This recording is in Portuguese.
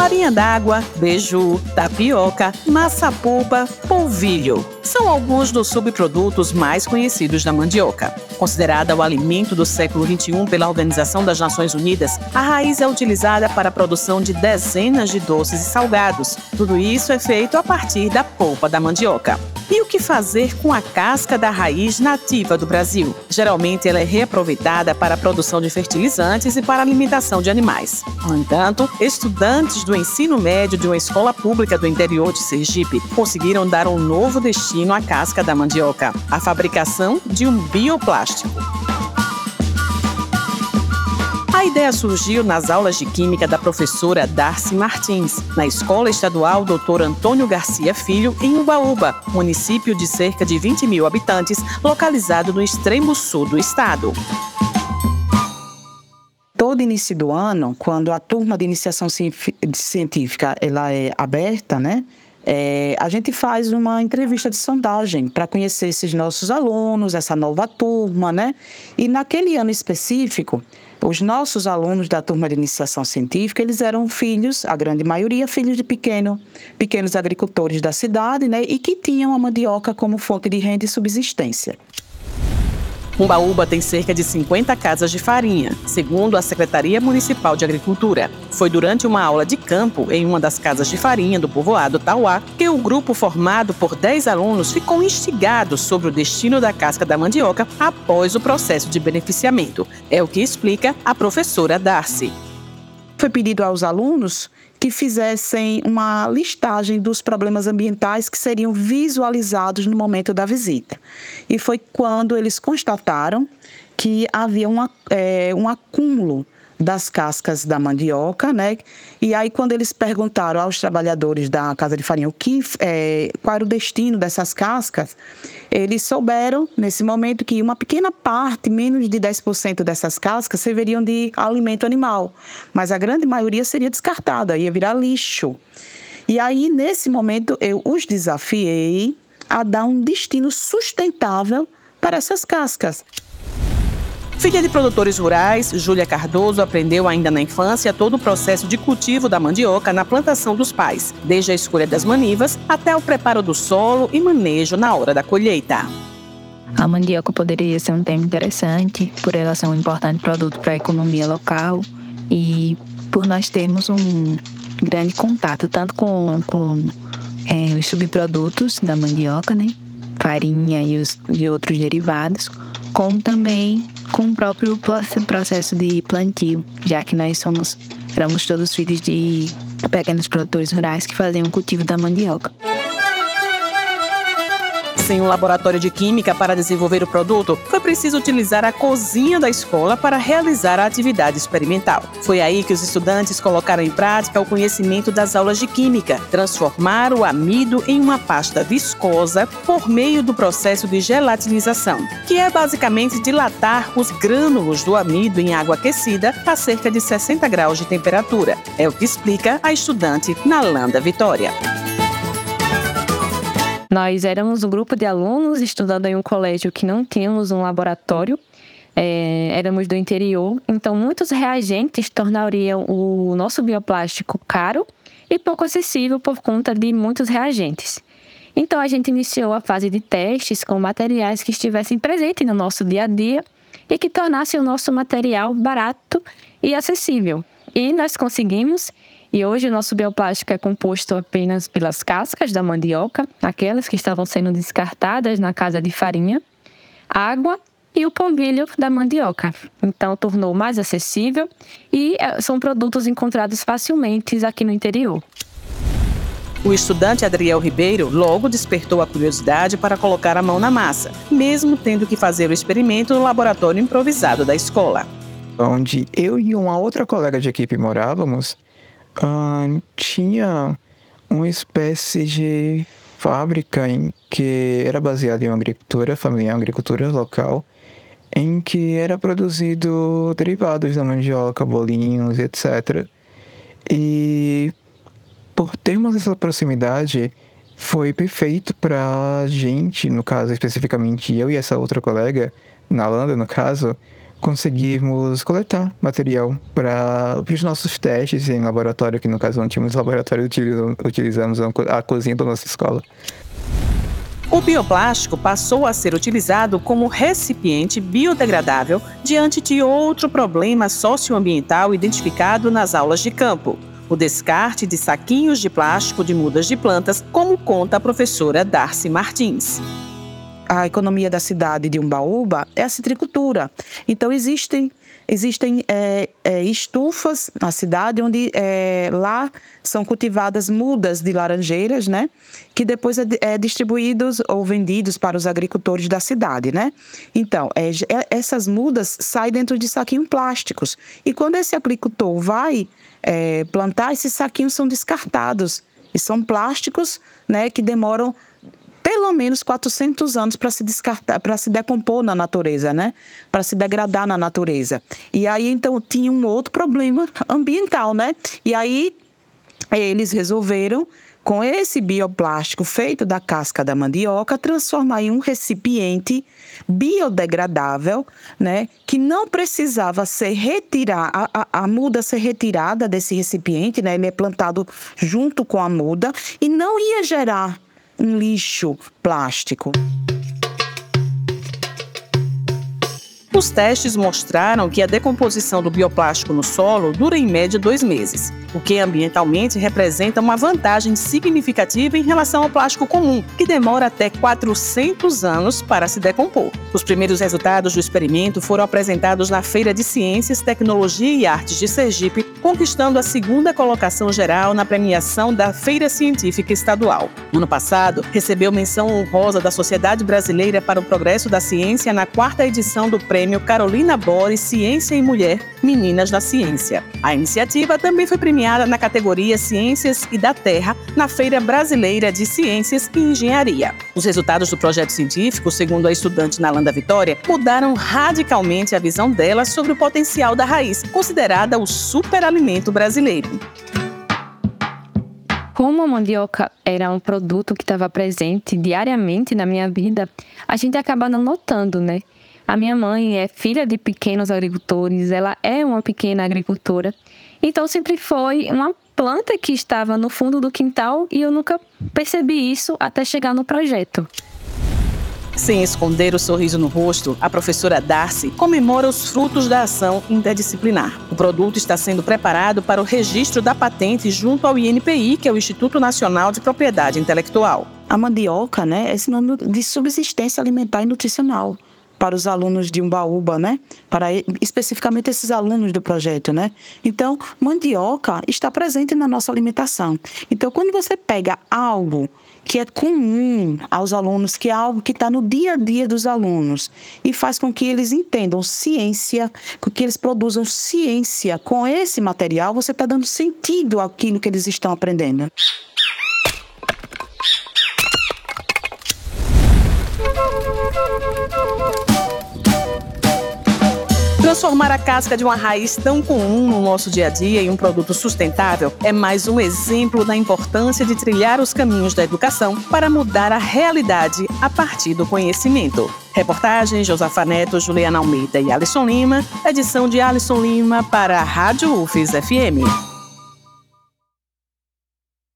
farinha d'água, beiju, tapioca, massa polpa, polvilho. São alguns dos subprodutos mais conhecidos da mandioca. Considerada o alimento do século XXI pela Organização das Nações Unidas, a raiz é utilizada para a produção de dezenas de doces e salgados. Tudo isso é feito a partir da polpa da mandioca. E o que fazer com a casca da raiz nativa do Brasil? Geralmente ela é reaproveitada para a produção de fertilizantes e para a alimentação de animais. No entanto, estudantes do ensino médio de uma escola pública do interior de Sergipe conseguiram dar um novo destino à casca da mandioca: a fabricação de um bioplástico. A ideia surgiu nas aulas de Química da professora Darcy Martins, na Escola Estadual Dr. Antônio Garcia Filho, em Ubaúba, município de cerca de 20 mil habitantes, localizado no extremo sul do estado. Todo início do ano, quando a turma de iniciação científica ela é aberta, né? A gente faz uma entrevista de sondagem para conhecer esses nossos alunos, essa nova turma, né? E naquele ano específico, os nossos alunos da turma de iniciação científica, eles eram filhos, a grande maioria, filhos de pequenos agricultores da cidade, né? E que tinham a mandioca como fonte de renda e subsistência. Umbaúba tem cerca de 50 casas de farinha, segundo a Secretaria Municipal de Agricultura. Foi durante uma aula de campo em uma das casas de farinha do povoado Tauá que o grupo formado por 10 alunos ficou instigado sobre o destino da casca da mandioca após o processo de beneficiamento. É o que explica a professora Darcy. Foi pedido aos alunos que fizessem uma listagem dos problemas ambientais que seriam visualizados no momento da visita. E foi quando eles constataram que havia um acúmulo das cascas da mandioca, né? E aí, quando eles perguntaram aos trabalhadores da casa de farinha qual era o destino dessas cascas, eles souberam, nesse momento, que uma pequena parte, menos de 10% dessas cascas, serviriam de alimento animal. Mas a grande maioria seria descartada, ia virar lixo. E aí, nesse momento, eu os desafiei a dar um destino sustentável para essas cascas. Filha de produtores rurais, Júlia Cardoso aprendeu ainda na infância todo o processo de cultivo da mandioca na plantação dos pais, desde a escolha das manivas até o preparo do solo e manejo na hora da colheita. A mandioca poderia ser um tema interessante, por ela ser um importante produto para a economia local e por nós termos um grande contato tanto com os subprodutos da mandioca, né? Farinha e outros derivados, como também com o próprio processo de plantio, já que nós éramos todos filhos de pequenos produtores rurais que faziam o cultivo da mandioca. Sem um laboratório de química para desenvolver o produto, foi preciso utilizar a cozinha da escola para realizar a atividade experimental. Foi aí que os estudantes colocaram em prática o conhecimento das aulas de química, transformar o amido em uma pasta viscosa por meio do processo de gelatinização, que é basicamente dilatar os grânulos do amido em água aquecida a cerca de 60 graus de temperatura. É o que explica a estudante Nalanda Vitória. Nós éramos um grupo de alunos estudando em um colégio que não tínhamos um laboratório, éramos do interior, então muitos reagentes tornariam o nosso bioplástico caro e pouco acessível por conta de muitos reagentes. Então a gente iniciou a fase de testes com materiais que estivessem presentes no nosso dia a dia e que tornassem o nosso material barato e acessível. E nós conseguimos. E hoje o nosso bioplástico é composto apenas pelas cascas da mandioca, aquelas que estavam sendo descartadas na casa de farinha, água e o polvilho da mandioca. Então tornou mais acessível e são produtos encontrados facilmente aqui no interior. O estudante Adriel Ribeiro logo despertou a curiosidade para colocar a mão na massa, mesmo tendo que fazer o experimento no laboratório improvisado da escola. Onde eu e uma outra colega de equipe morávamos, tinha uma espécie de fábrica em que era baseada em uma agricultura familiar, uma agricultura local, em que era produzido derivados da mandioca, bolinhos, etc. E por termos essa proximidade, foi perfeito para a gente, no caso especificamente eu e essa outra colega, Nalanda no caso, conseguimos coletar material para os nossos testes em laboratório, que no caso não tínhamos laboratório, utilizamos a cozinha da nossa escola. O bioplástico passou a ser utilizado como recipiente biodegradável diante de outro problema socioambiental identificado nas aulas de campo: o descarte de saquinhos de plástico de mudas de plantas, como conta a professora Darcy Martins. A economia da cidade de Umbaúba é a citricultura. Então, existem estufas na cidade onde lá são cultivadas mudas de laranjeiras, né? Que depois é distribuídos ou vendidos para os agricultores da cidade, né? Então, essas mudas saem dentro de saquinhos plásticos. E quando esse agricultor vai plantar, esses saquinhos são descartados. E são plásticos, né, que demoram pelo menos 400 anos para se descartar, para se decompor na natureza, né? Para se degradar na natureza. E aí, então, tinha um outro problema ambiental, né? E aí, eles resolveram, com esse bioplástico feito da casca da mandioca, transformar em um recipiente biodegradável, né? Que não precisava ser retirada, a muda ser retirada desse recipiente, né? Ele é plantado junto com a muda e não ia gerar um lixo plástico. Os testes mostraram que a decomposição do bioplástico no solo dura em média 2 meses, o que ambientalmente representa uma vantagem significativa em relação ao plástico comum, que demora até 400 anos para se decompor. Os primeiros resultados do experimento foram apresentados na Feira de Ciências, Tecnologia e Artes de Sergipe, conquistando a 2ª colocação geral na premiação da Feira Científica Estadual. No ano passado, recebeu menção honrosa da Sociedade Brasileira para o Progresso da Ciência na 4ª edição do Prêmio Carolina Bores Ciência e Mulher, Meninas da Ciência. A iniciativa também foi premiada na categoria Ciências e da Terra na Feira Brasileira de Ciências e Engenharia. Os resultados do projeto científico, segundo a estudante Nalanda Vitória, mudaram radicalmente a visão dela sobre o potencial da raiz, considerada o superalimento brasileiro. Como a mandioca era um produto que estava presente diariamente na minha vida, a gente acaba não notando, né? A minha mãe é filha de pequenos agricultores, ela é uma pequena agricultora. Então, sempre foi uma planta que estava no fundo do quintal e eu nunca percebi isso até chegar no projeto. Sem esconder o sorriso no rosto, a professora Darcy comemora os frutos da ação interdisciplinar. O produto está sendo preparado para o registro da patente junto ao INPI, que é o Instituto Nacional de Propriedade Intelectual. A mandioca, né, é sinônimo de subsistência alimentar e nutricional para os alunos de Umbaúba, né? Para especificamente esses alunos do projeto, né? Então, mandioca está presente na nossa alimentação. Então, quando você pega algo que é comum aos alunos, que é algo que está no dia a dia dos alunos e faz com que eles entendam ciência, com que eles produzam ciência com esse material, você está dando sentido àquilo que eles estão aprendendo. Transformar a casca de uma raiz tão comum no nosso dia a dia em um produto sustentável é mais um exemplo da importância de trilhar os caminhos da educação para mudar a realidade a partir do conhecimento. Reportagem Josafa Neto, Juliana Almeida e Alisson Lima. Edição de Alisson Lima para a Rádio UFES FM.